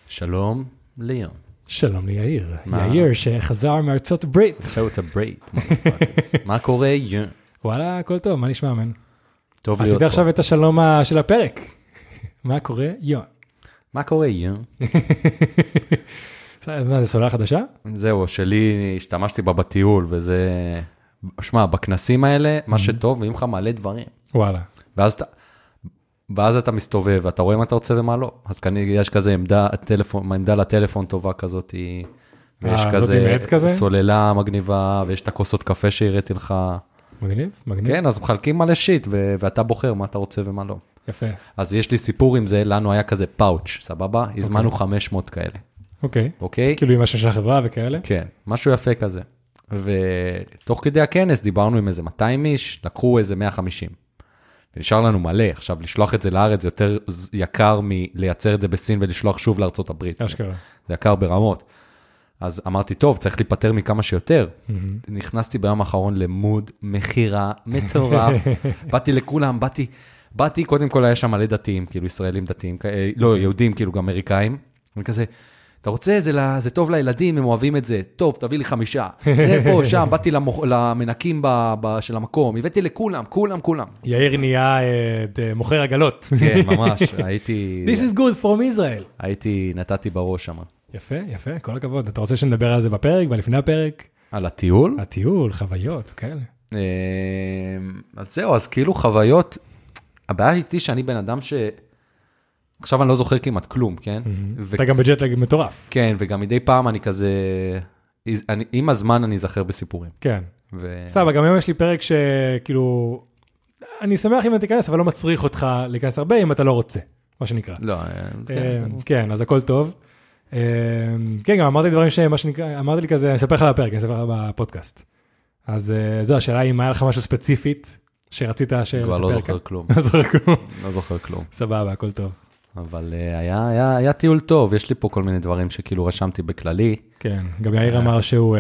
שלום ליאון. שלום ליאיר. יאיר שחזר מארצות הברית. ארצות הברית. מה קורה? וואלה, הכל טוב, מה נשמע, מן? טוב להיות פה. עשית עכשיו את השלום של הפרק. מה קורה? יון. מה קורה? יון. מה, זה סוללה חדשה? זהו, שלי השתמשתי בה בטיול, וזה... שמע, בכנסים האלה, מה שטוב, ואם לך מלא דברים. וואלה. ואז אתה מסתובב, ואתה רואה מה אתה רוצה ומה לא. אז כנראה יש כזה עמדה לטלפון טובה כזאת, ויש כזה סוללה מגניבה, ויש את הכוסות קפה שהראיתי לך. מגניב, מגניב. כן, אז מחלקים מלא שיט, ואתה בוחר מה אתה רוצה ומה לא. יפה. אז יש לי סיפור עם זה, לנו היה כזה פאוץ', סבבה? הזמנו 500 כאלה. אוקיי. אוקיי? כאילו עם משהו של החברה וכאלה? כן, משהו יפה כזה. ותוך כדי הכנס דיברנו עם איזה 200 איש, לקחו איזה 150. ונשאר לנו מלא. עכשיו, לשלוח את זה לארץ זה יותר יקר מלייצר את זה בסין ולשלוח שוב לארצות הברית. אשכרה. זה יקר ברמות. אז אמרתי, טוב, צריך להיפטר מכמה שיותר. נכנסתי ביום האחרון למוד מחירה מטורף. באתי לכולם, באתי, קודם כל היה שם מלא דתיים, כאילו ישראלים דתיים, לא, יהודים, כאילו גם אמריקאים. וכזה, אתה רוצה, זה טוב לילדים, הם אוהבים את זה. טוב, תביא לי 5. זה פה, שם, באתי למנקים של המקום, הבאתי לכולם, כולם. יאיר נהיה מוכר עגלות. כן, ממש, הייתי... This is good from Israel. נתתי בראש שם. יפה, כל הכבוד. אתה רוצה שנדבר על זה בפרק ולפני הפרק? על הטיול? הטיול, חוויות, כאלה. אז זהו, אז כאילו חוויות, הבעיה איתי שאני בן אדם עכשיו אני לא זוכר כמעט כלום, כן? אתה גם בג'טלג מטורף. כן, וגם מדי פעם אני כזה, עם הזמן אני זכר בסיפורים. כן. סבא, גם היום יש לי פרק שכאילו, אני שמח אם אתה תיכנס, אבל לא מצריך אותך להיכנס הרבה אם אתה לא רוצה, מה שנקרא. לא, כן, אז הכל טוב. כן, גם אמרתי דברים שמה שנקרא, אמרתי לי כזה, אני אספר לך בפרק, אני אספר לך בפודקאסט. אז זו השאלה, אם היה לך משהו ספציפית שרצית לספר כאן. כבר לא זוכר כלום. לא זוכר כלום. סבבה, הכל טוב. אבל היה טיול טוב, יש לי פה כל מיני דברים שכאילו רשמתי בכללי. כן, גם יאיר אמר שהוא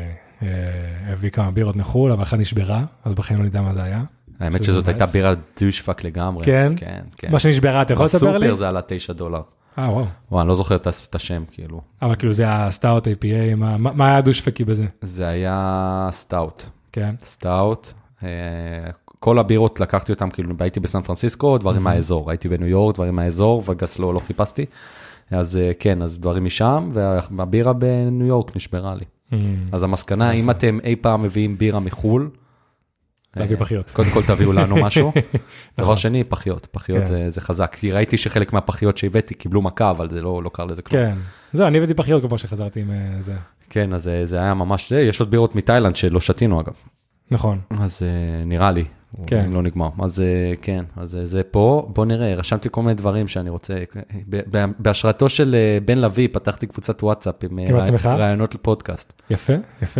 הביא כמה בירות מחול, אבל אחד נשברה, אז בחיים לא נדע מה זה היה. האמת שזאת הייתה בירה דושפק לגמרי. כן? כן. מה שנשברה, אתה יכול לספר לי? בסופר זה עלה $9. וואו. וואו, אני לא זוכר את השם, כאילו. אבל כאילו זה הסטאוט APA, מה היה הדושפקי בזה? זה היה סטאוט. כן. סטאוט. כל הבירות לקחתי אותם, כאילו הייתי בסן פרנסיסקו, דברים מהאזור, הייתי בניו יורק, דברים מהאזור, וגס לא חיפשתי. אז כן, אז דברים משם, והבירה בניו יורק נשברה לי. אז המסקנה, אם אתם אי פעם מביאים בירה מחול, להביא פחיות. קודם כל תביאו לנו משהו. דבר שני, פחיות זה חזק. כי ראיתי שחלק מהפחיות שהבאתי קיבלו מכה, אבל זה לא קרה לזה כלום. כן, זהו, אני הבאתי פחיות כבר שחזרתי עם זה. כן, אז זה היה ממש זה. יש עוד בירות מתאילנד שלא שתינו אגב. נכון. אז נראה לי, אם לא נגמר. אז כן, אז זה פה. בוא נראה, רשמתי כל מיני דברים שאני רוצה. בהשראתו של בן לוי, פתחתי קבוצת וואטסאפ עם רעיונות לפודקאסט. יפה.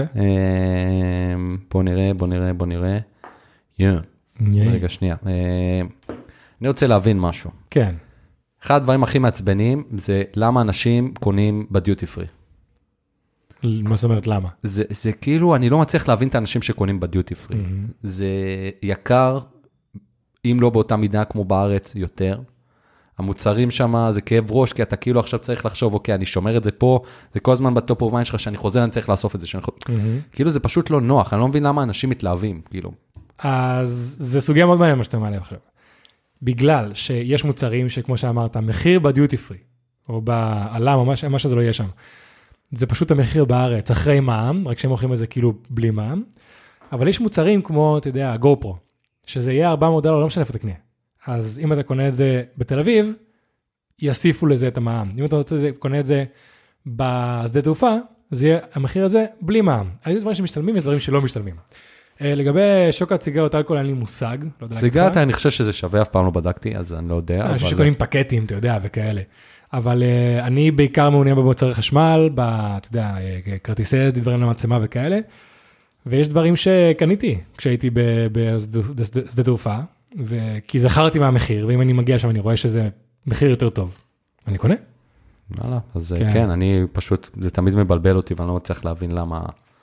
בוא נראה. רגע, שנייה. אני רוצה להבין משהו. כן. אחד הדברים הכי מעצבנים זה למה אנשים קונים בדיוטי פרי. מה זאת אומרת, למה? זה כאילו, אני לא מצליח להבין את האנשים שקונים בדיוטי פרי. זה יקר, אם לא באותה מידה כמו בארץ, יותר. המוצרים שם זה כאב ראש, כי אתה כאילו עכשיו צריך לחשוב, אוקיי, אני שומר את זה פה, זה כל הזמן בטופ אוף מיינד שלך, שאני חוזר, אני צריך לאסוף את זה. כאילו זה פשוט לא נוח, אני לא מבין למה אנשים מתלהבים, כאילו. אז זה סוגיה מאוד מעניין מה שאתה מעלה עכשיו. בגלל שיש מוצרים שכמו שאמרת, מחיר בדיוטי פרי, או בעלם, או מה שזה לא יהיה שם. זה פשוט המחיר בארץ, אחרי מע"מ, רק שהם מוכרים את זה כאילו בלי מע"מ. אבל יש מוצרים כמו, אתה יודע, GoPro, שזה יהיה $400, לא משנה איפה תקנה. אז אם אתה קונה את זה בתל אביב, יוסיפו לזה את המע"מ. אם אתה קונה את זה בשדה תעופה, אז יהיה המחיר הזה בלי מע"מ. יש דברים שמשתלמים, יש דברים שלא משתלמים. לגבי שוקת סיגריות אלכוהול, אין לי מושג. סיגריות, אני חושב שזה שווה, אף פעם לא בדקתי, אז אני לא יודע. אני חושב שקונים פקטים, אתה יודע, וכאלה. אבל אני בעיקר מעוניין במוצרי חשמל, אתה יודע, כרטיסי דברים למצלמה וכאלה, ויש דברים שקניתי כשהייתי בשדה תעופה, כי זכרתי מה המחיר, ואם אני מגיע שם אני רואה שזה מחיר יותר טוב, אני קונה. אז כן, אני פשוט, זה תמיד מבלבל אותי, ואני לא מצליח להבין למה...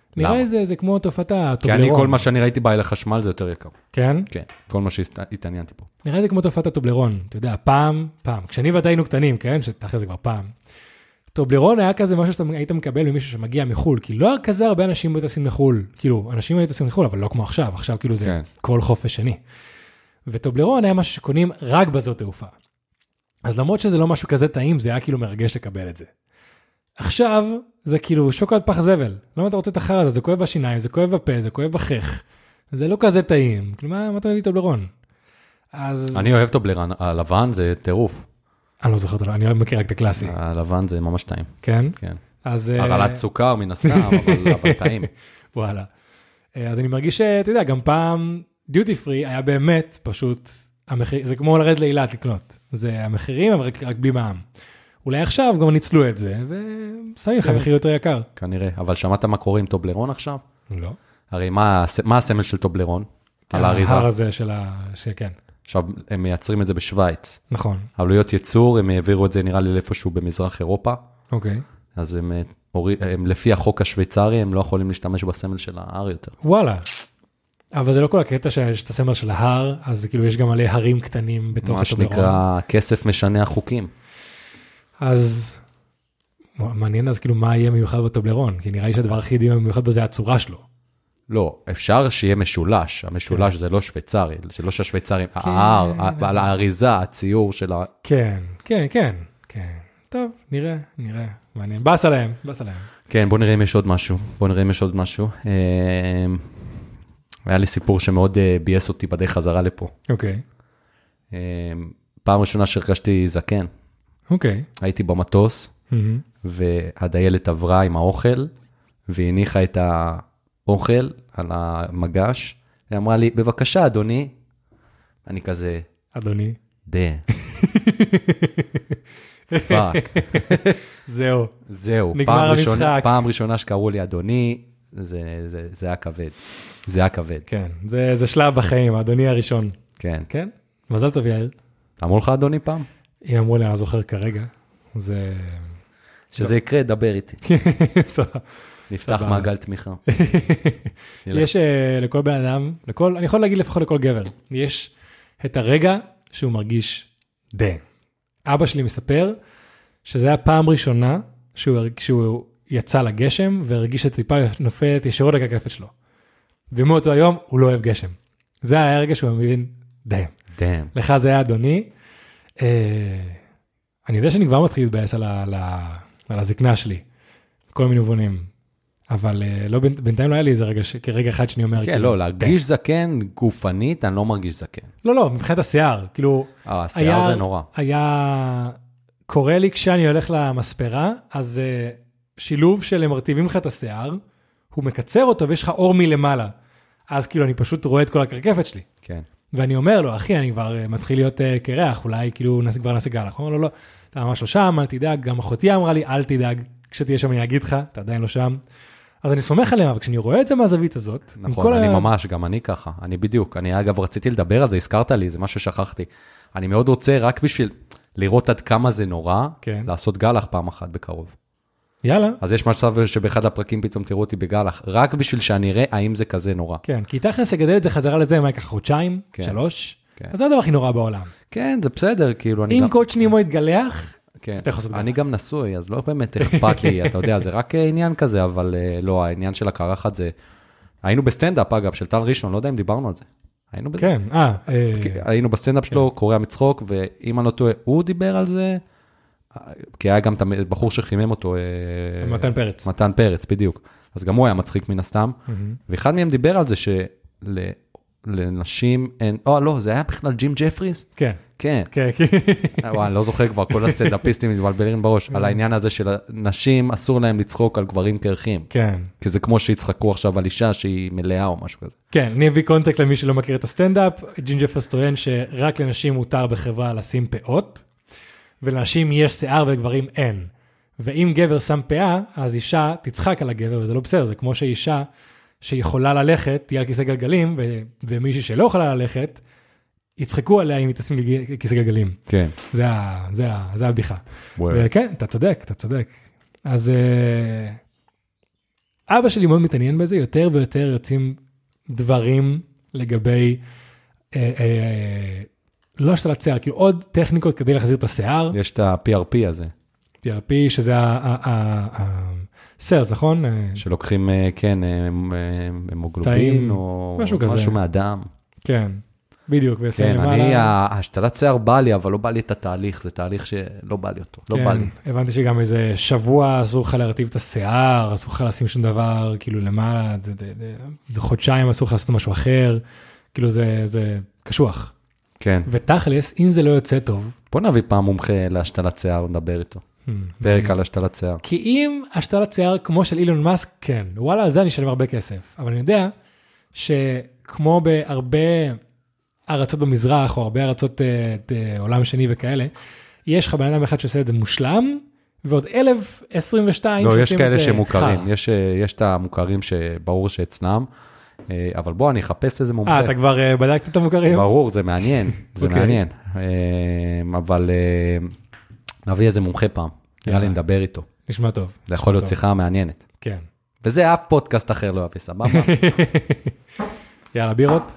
נראה לי זה כמו תופעת הטובלרון. כי אני, כל מה שאני ראיתי בעלי חשמל זה יותר יקר. כן? כן, כל מה שהתעניינתי פה. נראה לי זה כמו תופעת הטובלרון. אתה יודע, פעם, כשאני ואתה היינו קטנים, כן? שתכף זה כבר פעם. טובלרון היה כזה משהו שאתה היית מקבל ממישהו שמגיע מחול, כי לא כזה הרבה אנשים היו טסים לחול. כאילו, אנשים היו טסים לחול, אבל לא כמו עכשיו. עכשיו כאילו זה כל חופש שני. וטובלרון היה משהו שקונים רק בזאת תעופה. אז למרות שזה לא משהו כזה טעים, זה היה כאילו מרגש לקבל את זה. עכשיו, זה כאילו שוקולד פח זבל. למה אתה רוצה את החר הזה? זה כואב בשיניים, זה כואב בפה, זה כואב בחך. זה לא כזה טעים. כאילו, מה אתה מביא טובלרון? אז... אני אוהב טובלרון, הלבן זה טירוף. אני לא זוכר אותו, אני מכיר רק את הקלאסי. הלבן זה ממש טעים. כן? כן. אז... הרעלת סוכר מן הסתם, אבל טעים. וואלה. אז אני מרגיש שאתה יודע, גם פעם דיוטי פרי היה באמת פשוט, זה כמו לרד לאילת לקנות. זה המחירים, אבל רק בלי מע"מ. אולי עכשיו גם ניצלו את זה, ושמים לך מחיר יותר יקר. כנראה, אבל שמעת מה קורה עם טובלרון עכשיו? לא. הרי מה הסמל של טובלרון? על האריזה. ההר הזה שכן. עכשיו, הם מייצרים את זה בשוויץ. נכון. עלויות ייצור, הם העבירו את זה נראה לי לאיפשהו במזרח אירופה. אוקיי. אז הם לפי החוק השוויצרי, הם לא יכולים להשתמש בסמל של ההר יותר. וואלה. אבל זה לא כל הקטע שיש את הסמל של ההר, אז כאילו יש גם מלא הרים קטנים בתוך הטובלרון. מה שנקרא, כסף משנה החוקים. אז מעניין אז כאילו מה יהיה מיוחד בטובלרון, כי נראה לי שהדבר הכי מיוחד בו זה הצורה שלו. לא, אפשר שיהיה משולש, המשולש זה לא שוויצרי, זה לא שהשוויצרים, ההר, על האריזה, הציור של ה... כן. טוב, נראה, מעניין. בס עליהם. כן, בוא נראה אם יש עוד משהו. היה לי סיפור שמאוד בייס אותי בדרך חזרה לפה. אוקיי. פעם ראשונה שהרגשתי זקן. אוקיי. הייתי במטוס, והדיילת עברה עם האוכל, והניחה את האוכל על המגש, היא אמרה לי, בבקשה, אדוני. אני כזה... אדוני. פאק. זהו. נגמר המשחק. פעם ראשונה שקראו לי אדוני, זה היה כבד. זה היה כבד. כן, זה שלב בחיים, האדוני הראשון. כן. כן? מזל טוב, יאיר. אמרו לך אדוני פעם? אם אמרו לי, אני לא זוכר כרגע. שזה יקרה, דבר איתי. נפתח מעגל תמיכה. יש לכל בן אדם, אני יכול להגיד לפחות לכל גבר, יש את הרגע שהוא מרגיש די. אבא שלי מספר שזה היה פעם ראשונה שהוא יצא לגשם והרגיש את טיפה נופלת ישירות לקקפת שלו. ומאותו היום הוא לא אוהב גשם. זה היה הרגע שהוא מבין די. לך זה היה אדוני. אני יודע שאני כבר מתחיל להתבאס על הזקנה שלי. כל מיני מובנים. אבל בינתיים לא היה לי איזה רגע אחד שאני אומר... כן, לא, להרגיש זקן גופנית, אני לא מרגיש זקן. לא, מבחינת השיער, כאילו... השיער זה נורא. היה קורה לי כשאני הולך למספרה, אז שילוב של מרטיבים לך את השיער, הוא מקצר אותו ויש לך אור מלמעלה. אז כאילו אני פשוט רואה את כל הקרקפת שלי. כן. ואני אומר לו, אחי, אני כבר מתחיל להיות קרח, אולי כאילו כבר נעשה גלח. הוא אומר לו, לא, אתה ממש לא שם, אל תדאג. גם אחותי אמרה לי, אל תדאג. כשתהיה שם אני אגיד לך, אתה עדיין לא שם. אז אני סומך עליהם, אבל כשאני רואה את זה מהזווית הזאת... נכון, אני ממש, גם אני ככה, אני בדיוק. אני אגב רציתי לדבר על זה, הזכרת לי, זה משהו ששכחתי. אני מאוד רוצה רק בשביל לראות עד כמה זה נורא, לעשות גלח פעם אחת בקרוב. יאללה. אז יש מצב שבאחד הפרקים פתאום תראו אותי בגלח, רק בשביל שאני אראה האם זה כזה נורא. כן, כי תכנס לגדל את זה חזרה לזה, מה יקח חודשיים, 3, אז זה הדבר הכי נורא בעולם. כן, זה בסדר, כאילו אם קוד שנימו יתגלח, כן. אני גם נשוי, אז לא באמת אכפת לי, אתה יודע, זה רק עניין כזה, אבל לא, העניין של הקרחת זה... היינו בסטנדאפ, אגב, של טל ראשון, לא יודע אם דיברנו על זה. היינו בזה. כן, היינו בסטנדאפ שלו, קורא מצחוק, ואם אני לא טועה, הוא דיבר על זה, כי היה גם את הבחור שחימם אותו. מתן פרץ. מתן פרץ, בדיוק. אז גם הוא היה מצחיק מן הסתם, ואחד מהם דיבר על זה לנשים, לא, זה היה בכלל ג'ים ג'פריס? כן. כן. אני לא זוכר כבר, כל הסטנדאפיסטים מתבלבלים בראש, על העניין הזה של נשים אסור להם לצחוק על גברים קרחים. כן. כי זה כמו שיצחקו עכשיו על אישה שהיא מלאה או משהו כזה. כן, אני אביא קונטקסט למי שלא מכיר את הסטנדאפ, ג'ים ג'פריס טוען שרק לנשים מותר בחברה לשים פאות, ולנשים יש שיער ולגברים אין. ואם גבר שם פאה, אז אישה תצחק על הגבר, וזה לא בסדר, זה כמו שאישה שיכולה ללכת, תהיה על כיסא גלגלים, ומישהי שלא יכולה ללכת, יצחקו עליה אם היא תשים כיסא גלגלים. כן. זה הבדיחה. וכן, אתה צודק. אז אבא שלי מאוד מתעניין בזה, יותר ויותר יוצאים דברים לגבי, לא השתלת שיער, כאילו עוד טכניקות כדי להחזיר את השיער. יש את ה-PRP הזה. PRP, שזה סרס, נכון? שלוקחים, כן, המוגלובין, או משהו מהדם. כן, בדיוק, כן, אני, השתלת שיער בא לי, אבל לא בא לי את התהליך, זה תהליך שלא בא לי אותו, לא בא לי. הבנתי שגם איזה שבוע אסור לך להרטיב את השיער, אסור לך לשים שום דבר, כאילו למעלה, זה חודשיים אסור לך לעשות משהו אחר, כאילו זה קשוח. כן. ותכלס, אם זה לא יוצא טוב... בוא נביא פעם מומחה להשתלת שיער, נדבר איתו. פרק על השתלת שיער. כי אם השתלת שיער כמו של אילון מאסק, כן, וואלה, על זה אני אשלם הרבה כסף. אבל אני יודע שכמו בהרבה ארצות במזרח, או הרבה ארצות עולם שני וכאלה, יש לך בן אדם אחד שעושה את זה מושלם, ועוד 1022 לא, יש כאלה שמוכרים, יש את המוכרים שברור שאצלם, אבל בוא, אני אחפש איזה מומחה. אתה כבר בדקת את המוכרים? ברור, זה מעניין, זה מעניין. אבל נביא איזה מומחה פעם, נראה לי נדבר איתו. נשמע טוב. זה יכול להיות שיחה מעניינת. כן. וזה אף פודקאסט אחר לא יביא, סבבה? יאללה, בירות.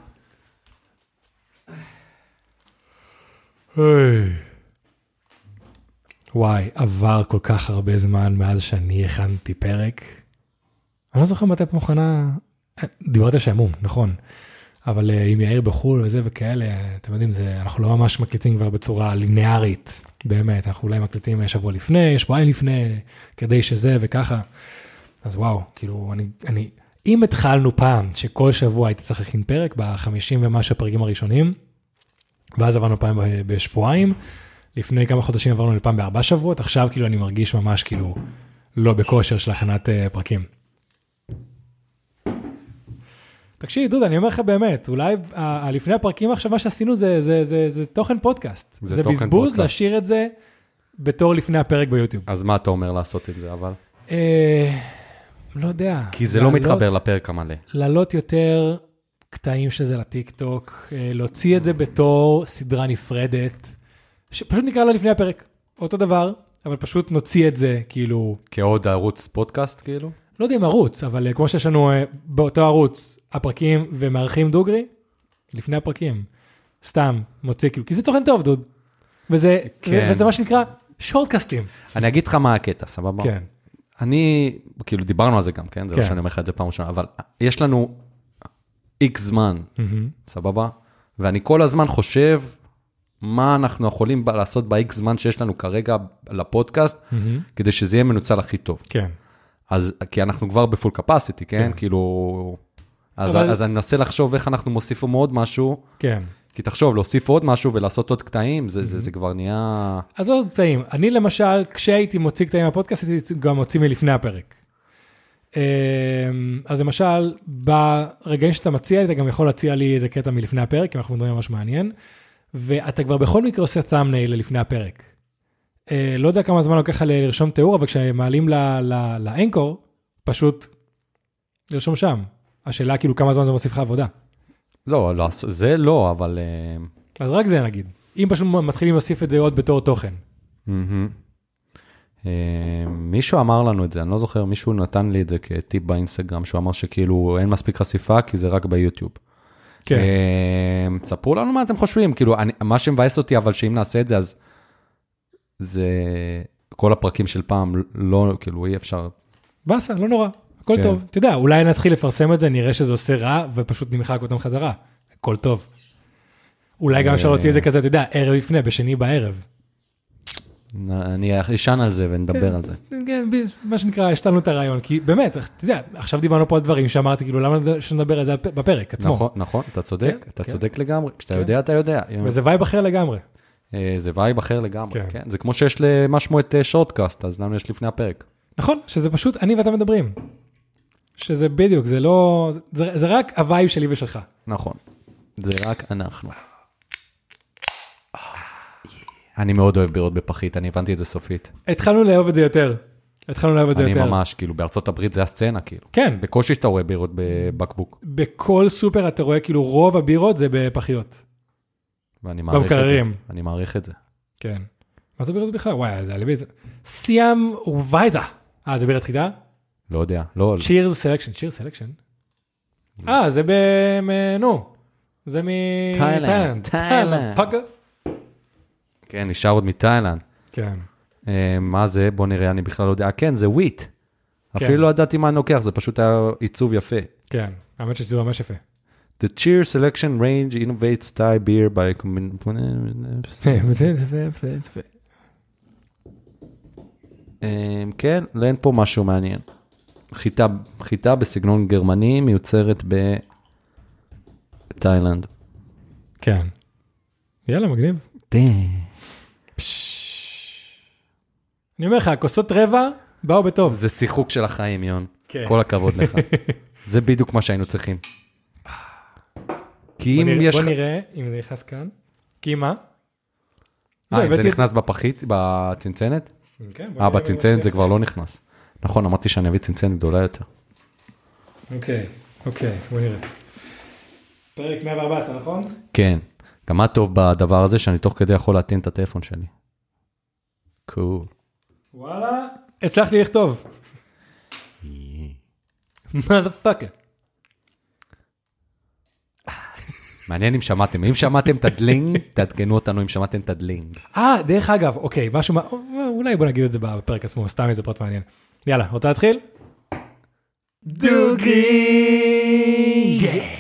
וואי, עבר כל כך הרבה זמן מאז שאני הכנתי פרק. אני לא זוכר מתי מוכנה, דיברת שעמום, נכון. אבל עם יאיר בחול וזה וכאלה, אתם יודעים, אנחנו לא ממש מקליטים כבר בצורה לינארית, באמת, אנחנו אולי מקליטים שבוע לפני, שבועיים לפני, כדי שזה וככה. אז וואו, כאילו, אם התחלנו פעם שכל שבוע הייתי צריך להכין פרק, ב50 ומשהו הפרקים הראשונים, ואז עברנו פעם בשבועיים, לפני כמה חודשים עברנו לפעם ב4 שבועות, עכשיו כאילו אני מרגיש ממש כאילו לא בכושר של הכנת פרקים. תקשיב, דוד, אני אומר לך באמת, אולי לפני הפרקים עכשיו מה שעשינו זה תוכן פודקאסט. זה בזבוז להשאיר את זה בתור לפני הפרק ביוטיוב. אז מה אתה אומר לעשות עם זה, אבל? לא יודע. כי זה לא מתחבר לפרק המלא. לעלות יותר קטעים שזה לטיק טוק, להוציא את זה בתור סדרה נפרדת, שפשוט נקרא לה לפני הפרק. אותו דבר, אבל פשוט נוציא את זה כאילו... כעוד ערוץ פודקאסט כאילו? לא יודע אם ערוץ, אבל כמו שיש לנו באותו ערוץ, הפרקים ומערכים דוגרי, לפני הפרקים. סתם מוציא כאילו, כי זה תוכן טוב, דוד. וזה מה שנקרא שורטקאסטים. אני אגיד לך מה הקטע, סבבה? כן. אני, כאילו דיברנו על זה גם, כן? זה לא שאני אומר לך את זה פעם ראשונה, אבל יש לנו איקס זמן, סבבה? ואני כל הזמן חושב מה אנחנו יכולים לעשות באיקס זמן שיש לנו כרגע לפודקאסט, כדי שזה יהיה מנוצל הכי טוב. כן. אז, כי אנחנו כבר בפול קפסיטי, כן? כאילו, אז אני מנסה לחשוב איך אנחנו מוסיפו עוד משהו. כן. כי תחשוב, להוסיף עוד משהו ולעשות עוד קטעים, זה כבר נהיה... אז עוד קטעים. אני למשל, כשהייתי מוציא קטעים מהפודקאסט, הייתי גם מוציא מלפני הפרק. אז למשל, ברגעים שאתה מציע לי, אתה גם יכול להציע לי איזה קטע מלפני הפרק, כי אנחנו מדברים ממש מעניין, ואתה כבר בכל מקרה עושה thumbnail לפני הפרק. לא יודע כמה זמן לוקח לרשום תיאור, אבל כשמעלים לאנקור, פשוט לרשום שם. השאלה כאילו כמה זמן זה מוסיף לך עבודה. לא, זה לא, אבל... אז רק זה נגיד. אם פשוט מתחילים להוסיף את זה עוד בתור תוכן. מישהו אמר לנו את זה, אני לא זוכר, מישהו נתן לי את זה כטיפ באינסטגרם, שהוא אמר שכאילו אין מספיק חשיפה, כי זה רק ביוטיוב. כן. ספרו לנו מה אתם חושבים, כאילו, מה שמבאס אותי, אבל שאם נעשה את זה, אז זה כל הפרקים של פעם, לא, כאילו, אי אפשר. בסדר, לא נורא, הכל טוב. אתה יודע, אולי נתחיל לפרסם את זה, נראה שזה עושה רע, ופשוט נמחק אותם חזרה. הכל טוב. אולי גם אפשר להוציא את זה כזה, אתה יודע, ערב לפני, בשני בערב. אני אשן על זה ונדבר על זה. כן, מה שנקרא, השתלנו את הרעיון, כי באמת, אתה יודע, עכשיו דיברנו פה על דברים שאמרתי, כאילו, למה שנדבר על זה בפרק עצמו? נכון, נכון, אתה צודק, אתה צודק לגמרי. כשאתה יודע, אתה יודע. וזה וייב אחר לגמרי. זה וייב אחר לגמרי, כן. זה כמו שיש למשהו את שורטקאסט, אז לנו יש לפני הפרק. נכון, שזה פשוט אני ואתה מדברים. שזה בדיוק, זה לא, זה רק הווייב שלי ושלך. נכון, זה רק אנחנו. אני מאוד אוהב בירות בפחית, אני הבנתי את זה סופית. התחלנו לאהוב את זה יותר. אני ממש, כאילו, בארצות הברית זה הסצנה, כאילו. כן. בקושי שאתה רואה בירות בבקבוק. בכל סופר אתה רואה, כאילו, רוב הבירות זה בפחיות. ואני מעריך את זה. אני מעריך את זה. כן. מה זה בירות בכלל? וואי, זה עלי באיזה... סיאם ווייזה. זה בירת חיטה? לא יודע, לא. Cheers Selection, Cheers Selection? זה נו, זה מתאילנד. תאילנד, פאקר. כן, נשאר עוד מתאילנד. כן. מה זה? בוא נראה, אני בכלל לא יודע. כן, זה וויט. אפילו לא ידעתי מה אני לוקח, זה פשוט היה עיצוב יפה. כן, האמת שזה ממש יפה. The Cheers Selection Range innovates Thai beer by... כן, אין פה משהו מעניין. חיטה בסגנון גרמני מיוצרת בתאילנד. כן. יאללה, מגניב. אני אומר לך, הכוסות רבע באו בטוב. זה שיחוק של החיים, יון. כן. כל הכבוד לך. זה בדיוק מה שהיינו צריכים. כי אם יש... בוא נראה אם זה נכנס כאן. כי מה? אם זה נכנס בפחית, בצנצנת? בצנצנת זה כבר לא נכנס. נכון, אמרתי שאני אביא צנצנת גדולה יותר. אוקיי, בוא נראה. פרק 114, נכון? כן. גם מה טוב בדבר הזה, שאני תוך כדי יכול להטעין את הטלפון שלי. קול. וואלה, הצלחתי לכתוב. motherfucker. מעניין אם שמעתם. אם שמעתם את הדלינג, תעדכנו אותנו אם שמעתם את הדלינג. דרך אגב, אוקיי, משהו, אולי בוא נגיד את זה בפרק עצמו, סתם איזה פרט מעניין. יאללה, רוצה להתחיל? דוגרי!